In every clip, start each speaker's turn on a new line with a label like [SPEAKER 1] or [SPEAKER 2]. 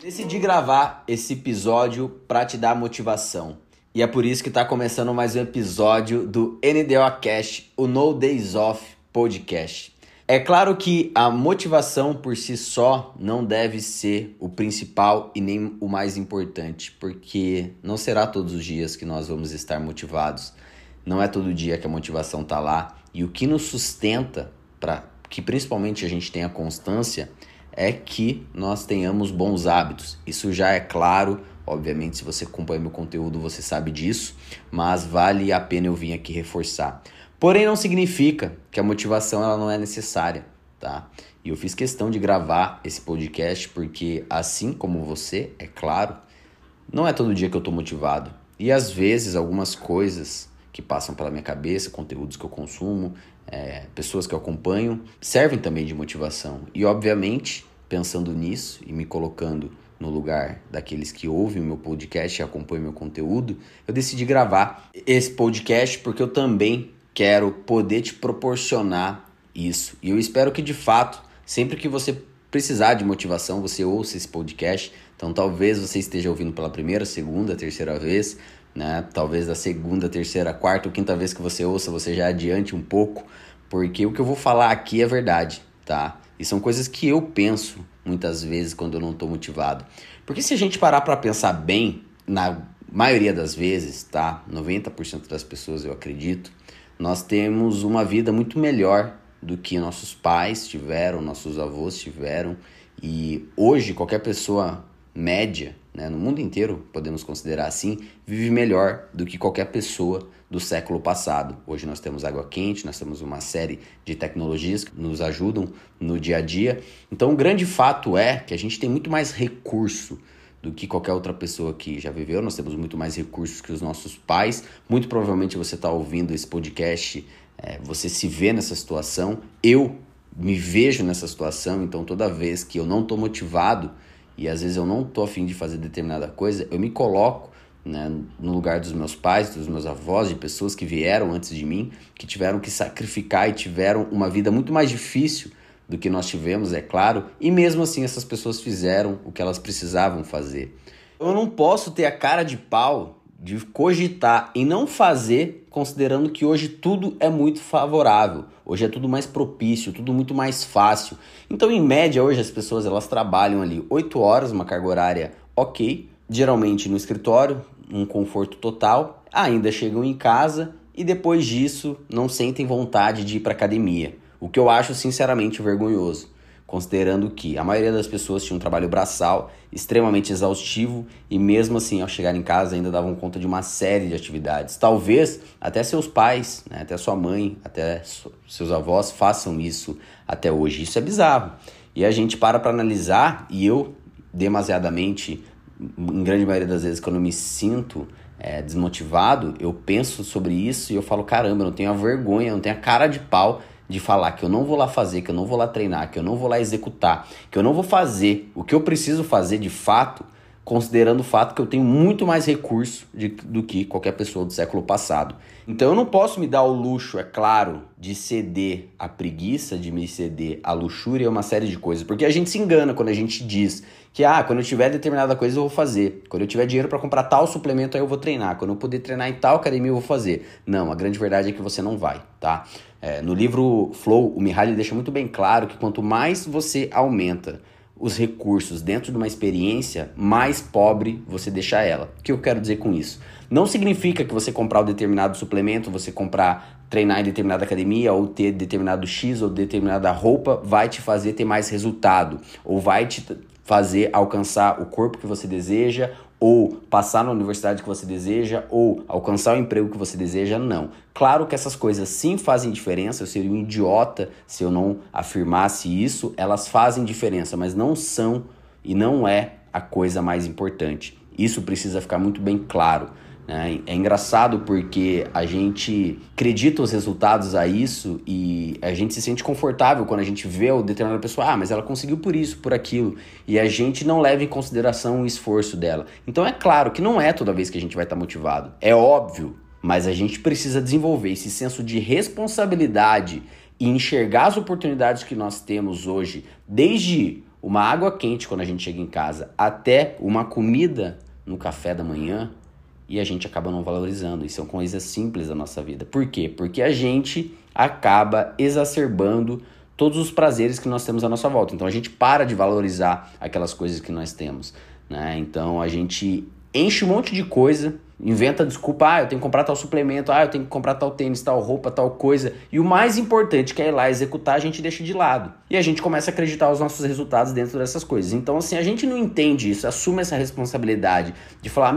[SPEAKER 1] Decidi gravar esse episódio para te dar motivação. E é por isso que está começando mais um episódio do NDOcast, o No Days Off Podcast. É claro que a motivação por si só não deve ser o principal e nem o mais importante, porque não será todos os dias que nós vamos estar motivados. Não é todo dia que a motivação está lá. E o que nos sustenta para que principalmente a gente tenha constância é que nós tenhamos bons hábitos. Isso já é claro, obviamente, se você acompanha meu conteúdo você sabe disso, mas vale a pena eu vir aqui reforçar. Porém, não significa que a motivação ela não é necessária, tá? E eu fiz questão de gravar esse podcast porque, assim como você, é claro, não é todo dia que eu estou motivado. E às vezes algumas coisas que passam pela minha cabeça, conteúdos que eu consumo, pessoas que eu acompanho, servem também de motivação. E obviamente, pensando nisso e me colocando no lugar daqueles que ouvem o meu podcast e acompanham o meu conteúdo, eu decidi gravar esse podcast porque eu também quero poder te proporcionar isso. E eu espero que de fato, sempre que você precisar de motivação, você ouça esse podcast. Então talvez você esteja ouvindo pela primeira, segunda, terceira vez, né? Talvez da segunda, terceira, quarta ou quinta vez que você ouça, você já adiante um pouco, porque o que eu vou falar aqui é verdade, tá? E são coisas que eu penso muitas vezes quando eu não estou motivado. Porque se a gente parar para pensar bem, na maioria das vezes, tá? 90% das pessoas, eu acredito, nós temos uma vida muito melhor do que nossos pais tiveram, nossos avós tiveram. E hoje, qualquer pessoa média, né, no mundo inteiro, podemos considerar assim, vive melhor do que qualquer pessoa do século passado. Hoje nós temos água quente, nós temos uma série de tecnologias que nos ajudam no dia a dia. Então o grande fato é que a gente tem muito mais recurso do que qualquer outra pessoa que já viveu. Nós temos muito mais recursos que os nossos pais. Muito provavelmente você está ouvindo esse podcast, você se vê nessa situação. Eu me vejo nessa situação, então toda vez que eu não estou motivado e às vezes eu não estou a fim de fazer determinada coisa, eu me coloco, né, no lugar dos meus pais, dos meus avós, de pessoas que vieram antes de mim, que tiveram que sacrificar e tiveram uma vida muito mais difícil do que nós tivemos, é claro, e mesmo assim essas pessoas fizeram o que elas precisavam fazer. Eu não posso ter a cara de pau de cogitar e não fazer, considerando que hoje tudo é muito favorável, hoje é tudo mais propício, tudo muito mais fácil. Então, em média, hoje as pessoas elas trabalham ali 8 horas, uma carga horária ok, geralmente no escritório, um conforto total, ainda chegam em casa e depois disso não sentem vontade de ir para academia. O que eu acho sinceramente vergonhoso, considerando que a maioria das pessoas tinha um trabalho braçal extremamente exaustivo e mesmo assim ao chegar em casa ainda davam conta de uma série de atividades. Talvez até seus pais, né, até sua mãe, até seus avós façam isso até hoje. Isso é bizarro. E a gente para analisar e eu demasiadamente, em grande maioria das vezes quando eu me sinto desmotivado, eu penso sobre isso e eu falo, caramba, eu não tenho a vergonha, eu não tenho a cara de pau de falar que eu não vou lá fazer, que eu não vou lá treinar, que eu não vou lá executar, que eu não vou fazer o que eu preciso fazer de fato, considerando o fato que eu tenho muito mais recurso do que qualquer pessoa do século passado. Então eu não posso me dar o luxo, é claro, de ceder à preguiça, de me ceder à luxúria e uma série de coisas, porque a gente se engana quando a gente diz que quando eu tiver determinada coisa eu vou fazer, quando eu tiver dinheiro para comprar tal suplemento aí eu vou treinar, quando eu puder treinar em tal academia eu vou fazer. Não, a grande verdade é que você não vai, tá? No livro Flow, o Mihaly deixa muito bem claro que quanto mais você aumenta os recursos dentro de uma experiência, mais pobre você deixa ela. O que eu quero dizer com isso? Não significa que você comprar um determinado suplemento, você treinar em determinada academia ou ter determinado X ou determinada roupa vai te fazer ter mais resultado ou vai te fazer alcançar o corpo que você deseja ou passar na universidade que você deseja ou alcançar o emprego que você deseja, não. Claro que essas coisas sim fazem diferença, eu seria um idiota se eu não afirmasse isso, elas fazem diferença, mas não são e não é a coisa mais importante. Isso precisa ficar muito bem claro, né? É engraçado porque a gente acredita os resultados a isso e a gente se sente confortável quando a gente vê o determinada pessoa, mas ela conseguiu por isso, por aquilo, e a gente não leva em consideração o esforço dela. Então é claro que não é toda vez que a gente vai estar motivado, é óbvio, mas a gente precisa desenvolver esse senso de responsabilidade e enxergar as oportunidades que nós temos hoje, desde uma água quente quando a gente chega em casa, até uma comida no café da manhã, e a gente acaba não valorizando. E são coisas simples da nossa vida. Por quê? Porque a gente acaba exacerbando todos os prazeres que nós temos à nossa volta. Então a gente para de valorizar aquelas coisas que nós temos, né? Então a gente enche um monte de coisa, inventa desculpa, eu tenho que comprar tal suplemento, eu tenho que comprar tal tênis, tal roupa, tal coisa. E o mais importante, que é ir lá executar, a gente deixa de lado. E a gente começa a acreditar os nossos resultados dentro dessas coisas. Então assim, a gente não entende isso, assume essa responsabilidade de falar,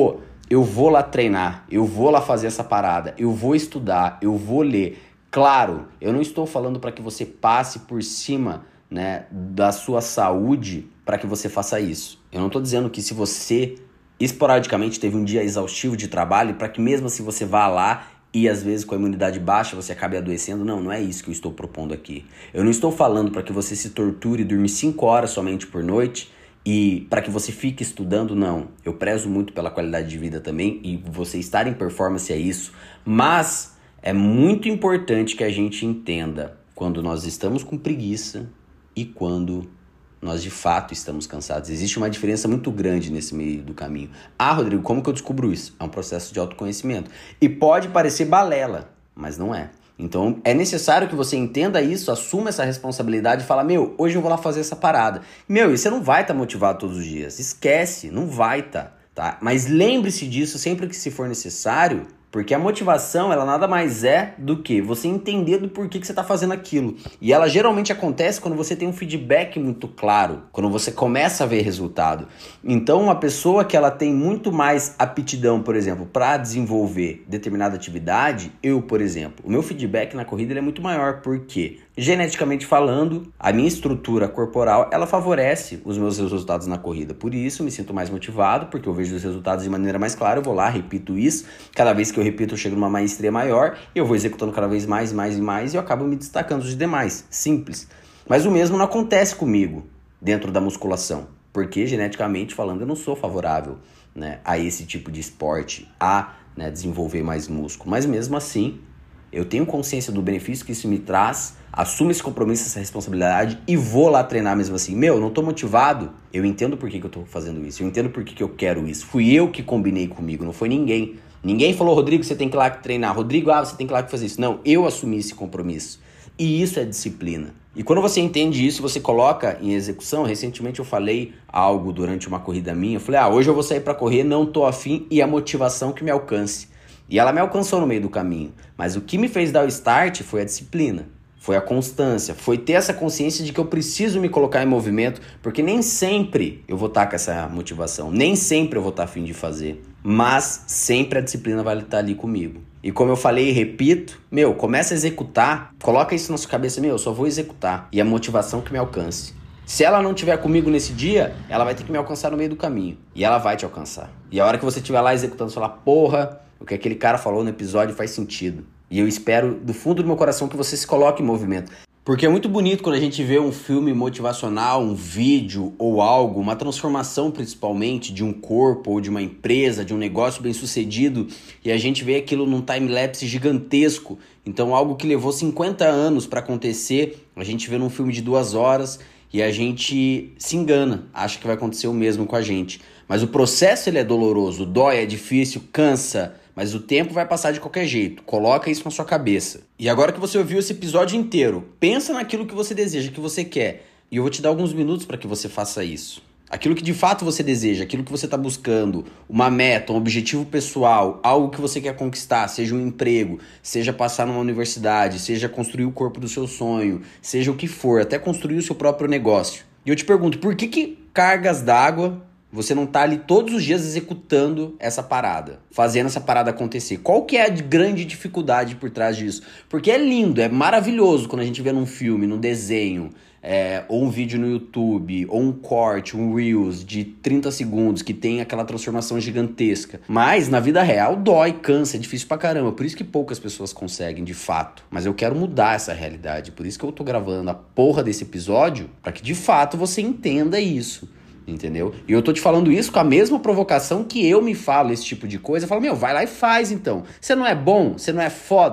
[SPEAKER 1] eu vou lá treinar, eu vou lá fazer essa parada, eu vou estudar, eu vou ler. Claro, eu não estou falando para que você passe por cima, né, da sua saúde para que você faça isso. Eu não estou dizendo que se você esporadicamente teve um dia exaustivo de trabalho, para que mesmo assim você vá lá e às vezes com a imunidade baixa você acabe adoecendo. Não é isso que eu estou propondo aqui. Eu não estou falando para que você se torture e dormir 5 horas somente por noite e para que você fique estudando, não. Eu prezo muito pela qualidade de vida também e você estar em performance é isso. Mas é muito importante que a gente entenda quando nós estamos com preguiça e quando nós de fato estamos cansados. Existe uma diferença muito grande nesse meio do caminho. Rodrigo, como que eu descubro isso? É um processo de autoconhecimento. E pode parecer balela, mas não é. Então é necessário que você entenda isso, assuma essa responsabilidade e fala, hoje eu vou lá fazer essa parada. E você não vai estar motivado todos os dias. Esquece, não vai estar, tá? Mas lembre-se disso sempre que se for necessário, porque a motivação, ela nada mais é do que você entender do porquê que você está fazendo aquilo. E ela geralmente acontece quando você tem um feedback muito claro, quando você começa a ver resultado. Então, uma pessoa que ela tem muito mais aptidão, por exemplo, para desenvolver determinada atividade, por exemplo, o meu feedback na corrida ele é muito maior. Por quê? Geneticamente falando, a minha estrutura corporal, ela favorece os meus resultados na corrida. Por isso, eu me sinto mais motivado, porque eu vejo os resultados de maneira mais clara, eu vou lá, repito isso. Cada vez que eu repito, eu chego numa maestria maior, e eu vou executando cada vez mais, e eu acabo me destacando dos demais. Simples. Mas o mesmo não acontece comigo dentro da musculação, porque geneticamente falando, eu não sou favorável, né, a esse tipo de esporte, desenvolver mais músculo. Mas mesmo assim, eu tenho consciência do benefício que isso me traz, assumo esse compromisso, essa responsabilidade e vou lá treinar mesmo assim. Não tô motivado, eu entendo por que eu tô fazendo isso, eu entendo por que eu quero isso. Fui eu que combinei comigo, não foi ninguém. Ninguém falou, Rodrigo, você tem que ir lá treinar. Rodrigo, você tem que ir lá fazer isso. Não, eu assumi esse compromisso. E isso é disciplina. E quando você entende isso, você coloca em execução. Recentemente eu falei algo durante uma corrida minha. Eu falei, hoje eu vou sair pra correr, não tô afim, e a motivação que me alcance. E ela me alcançou no meio do caminho. Mas o que me fez dar o start foi a disciplina. Foi a constância, foi ter essa consciência de que eu preciso me colocar em movimento, porque nem sempre eu vou estar com essa motivação, nem sempre eu vou estar a fim de fazer, mas sempre a disciplina vai estar ali comigo. E como eu falei e repito, começa a executar, coloca isso na sua cabeça, eu só vou executar, e a motivação que me alcance. Se ela não estiver comigo nesse dia, ela vai ter que me alcançar no meio do caminho, e ela vai te alcançar. E a hora que você estiver lá executando, você fala, porra, o que aquele cara falou no episódio faz sentido. E eu espero do fundo do meu coração que você se coloque em movimento. Porque é muito bonito quando a gente vê um filme motivacional, um vídeo ou algo, uma transformação principalmente de um corpo ou de uma empresa, de um negócio bem sucedido, e a gente vê aquilo num time-lapse gigantesco. Então algo que levou 50 anos para acontecer, a gente vê num filme de 2 horas e a gente se engana, acha que vai acontecer o mesmo com a gente. Mas o processo ele é doloroso, dói, é difícil, cansa, mas o tempo vai passar de qualquer jeito. Coloca isso na sua cabeça. E agora que você ouviu esse episódio inteiro, pensa naquilo que você deseja, que você quer. E eu vou te dar alguns minutos para que você faça isso. Aquilo que de fato você deseja, aquilo que você está buscando, uma meta, um objetivo pessoal, algo que você quer conquistar, seja um emprego, seja passar numa universidade, seja construir o corpo do seu sonho, seja o que for, até construir o seu próprio negócio. E eu te pergunto, por que cargas d'água você não tá ali todos os dias executando essa parada, fazendo essa parada acontecer? Qual que é a grande dificuldade por trás disso? Porque é lindo, é maravilhoso quando a gente vê num filme, num desenho, ou um vídeo no YouTube, ou um corte, um Reels de 30 segundos que tem aquela transformação gigantesca. Mas na vida real dói, cansa, é difícil pra caramba. Por isso que poucas pessoas conseguem, de fato. Mas eu quero mudar essa realidade. Por isso que eu tô gravando a porra desse episódio, pra que de fato você entenda isso. Entendeu? E eu tô te falando isso com a mesma provocação que eu me falo esse tipo de coisa. Eu falo, vai lá e faz então. Você não é bom? Você não é foda?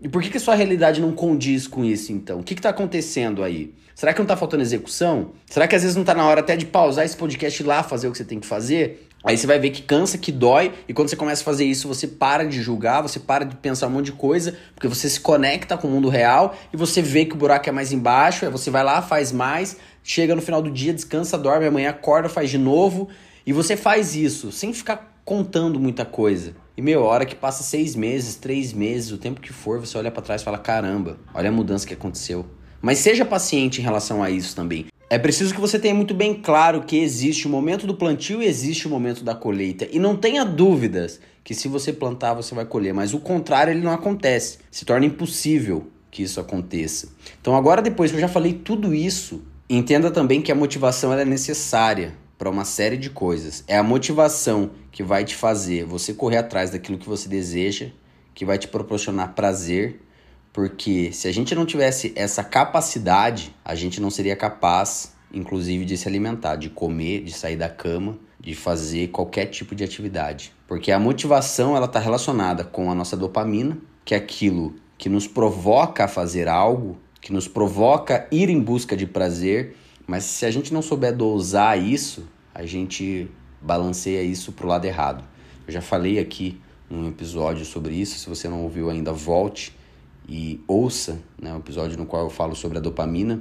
[SPEAKER 1] E por que a sua realidade não condiz com isso, então? O que está acontecendo aí? Será que não está faltando execução? Será que às vezes não está na hora até de pausar esse podcast e ir lá fazer o que você tem que fazer? Aí você vai ver que cansa, que dói, e quando você começa a fazer isso, você para de julgar, você para de pensar um monte de coisa, porque você se conecta com o mundo real e você vê que o buraco é mais embaixo, aí você vai lá, faz mais, chega no final do dia, descansa, dorme, amanhã acorda, faz de novo, e você faz isso sem ficar contando muita coisa. E, a hora que passa 6 meses, 3 meses, o tempo que for, você olha pra trás e fala, caramba, olha a mudança que aconteceu. Mas seja paciente em relação a isso também. É preciso que você tenha muito bem claro que existe o momento do plantio e existe o momento da colheita. E não tenha dúvidas que se você plantar, você vai colher. Mas o contrário, ele não acontece. Se torna impossível que isso aconteça. Então agora, depois que eu já falei tudo isso, entenda também que a motivação ela é necessária para uma série de coisas. É a motivação que vai te fazer você correr atrás daquilo que você deseja, que vai te proporcionar prazer, porque se a gente não tivesse essa capacidade, a gente não seria capaz, inclusive, de se alimentar, de comer, de sair da cama, de fazer qualquer tipo de atividade. Porque a motivação ela está relacionada com a nossa dopamina, que é aquilo que nos provoca a fazer algo, que nos provoca ir em busca de prazer, mas se a gente não souber dosar isso, a gente balanceia isso pro lado errado. Eu já falei aqui num episódio sobre isso, se você não ouviu ainda, volte e ouça, né, um episódio no qual eu falo sobre a dopamina,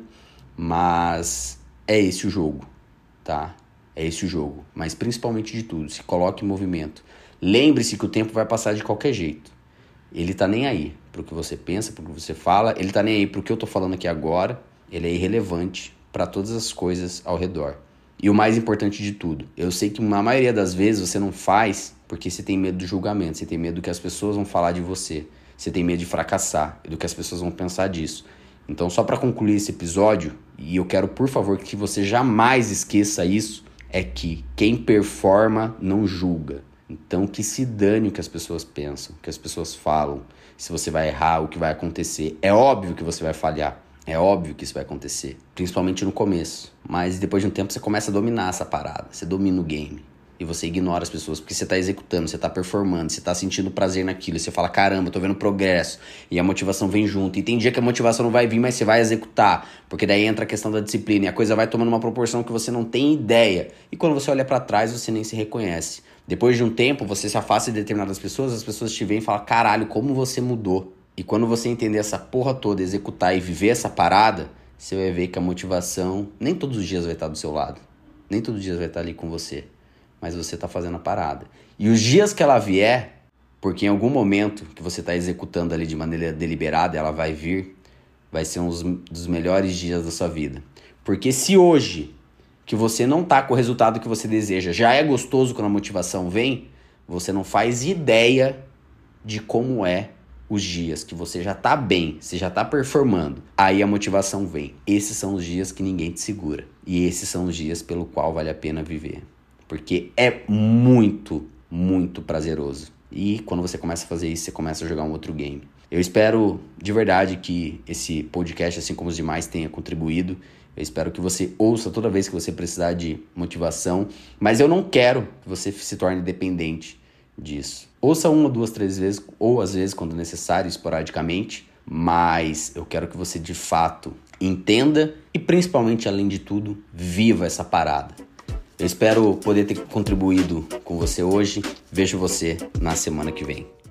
[SPEAKER 1] mas é esse o jogo, tá? É esse o jogo, mas principalmente de tudo, se coloque em movimento. Lembre-se que o tempo vai passar de qualquer jeito. Ele tá nem aí pro que você pensa, pro que você fala, ele tá nem aí pro que eu tô falando aqui agora, ele é irrelevante para todas as coisas ao redor. E o mais importante de tudo, eu sei que na maioria das vezes você não faz porque você tem medo do julgamento, você tem medo do que as pessoas vão falar de você, você tem medo de fracassar e do que as pessoas vão pensar disso. Então, só para concluir esse episódio, e eu quero, por favor, que você jamais esqueça isso, é que quem performa não julga. Então, que se dane o que as pessoas pensam, o que as pessoas falam, se você vai errar, o que vai acontecer. É óbvio que você vai falhar. É óbvio que isso vai acontecer, principalmente no começo. Mas depois de um tempo você começa a dominar essa parada, você domina o game. E você ignora as pessoas porque você tá executando, você tá performando, você tá sentindo prazer naquilo. E você fala, caramba, tô vendo progresso. E a motivação vem junto. E tem dia que a motivação não vai vir, mas você vai executar. Porque daí entra a questão da disciplina e a coisa vai tomando uma proporção que você não tem ideia. E quando você olha pra trás, você nem se reconhece. Depois de um tempo, você se afasta de determinadas pessoas, as pessoas te veem e falam, caralho, como você mudou. E quando você entender essa porra toda, executar e viver essa parada, você vai ver que a motivação nem todos os dias vai estar do seu lado. Nem todos os dias vai estar ali com você. Mas você tá fazendo a parada. E os dias que ela vier, porque em algum momento que você tá executando ali de maneira deliberada, ela vai vir, vai ser um dos melhores dias da sua vida. Porque se hoje, que você não tá com o resultado que você deseja, já é gostoso quando a motivação vem, você não faz ideia de como é os dias que você já tá bem, você já tá performando, aí a motivação vem. Esses são os dias que ninguém te segura. E esses são os dias pelo qual vale a pena viver. Porque é muito, muito prazeroso. E quando você começa a fazer isso, você começa a jogar um outro game. Eu espero de verdade que esse podcast, assim como os demais, tenha contribuído. Eu espero que você ouça toda vez que você precisar de motivação. Mas eu não quero que você se torne dependente disso. Ouça 1, 2, 3 vezes, ou às vezes, quando necessário, esporadicamente. Mas eu quero que você, de fato, entenda e, principalmente, além de tudo, viva essa parada. Eu espero poder ter contribuído com você hoje. Vejo você na semana que vem.